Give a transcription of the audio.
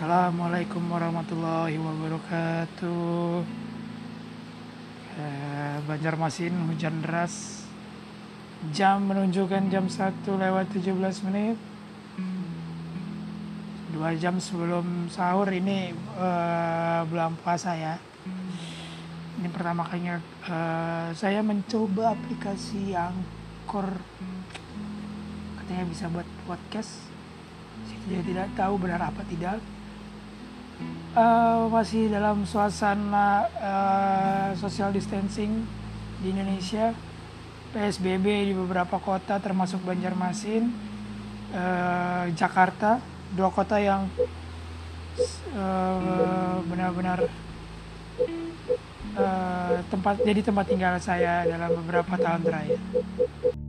Assalamualaikum warahmatullahi wabarakatuh. Banjarmasin hujan deras. Jam menunjukkan jam 1:17. 2 jam sebelum sahur ini bulan puasa ya. Ini pertama kalinya saya mencoba aplikasi Anchor. Katanya bisa buat podcast. Saya tidak tahu benar apa tidak. Masih dalam suasana social distancing di Indonesia, PSBB di beberapa kota termasuk Banjarmasin, Jakarta, 2 kota yang benar-benar tempat tinggal saya dalam beberapa tahun terakhir.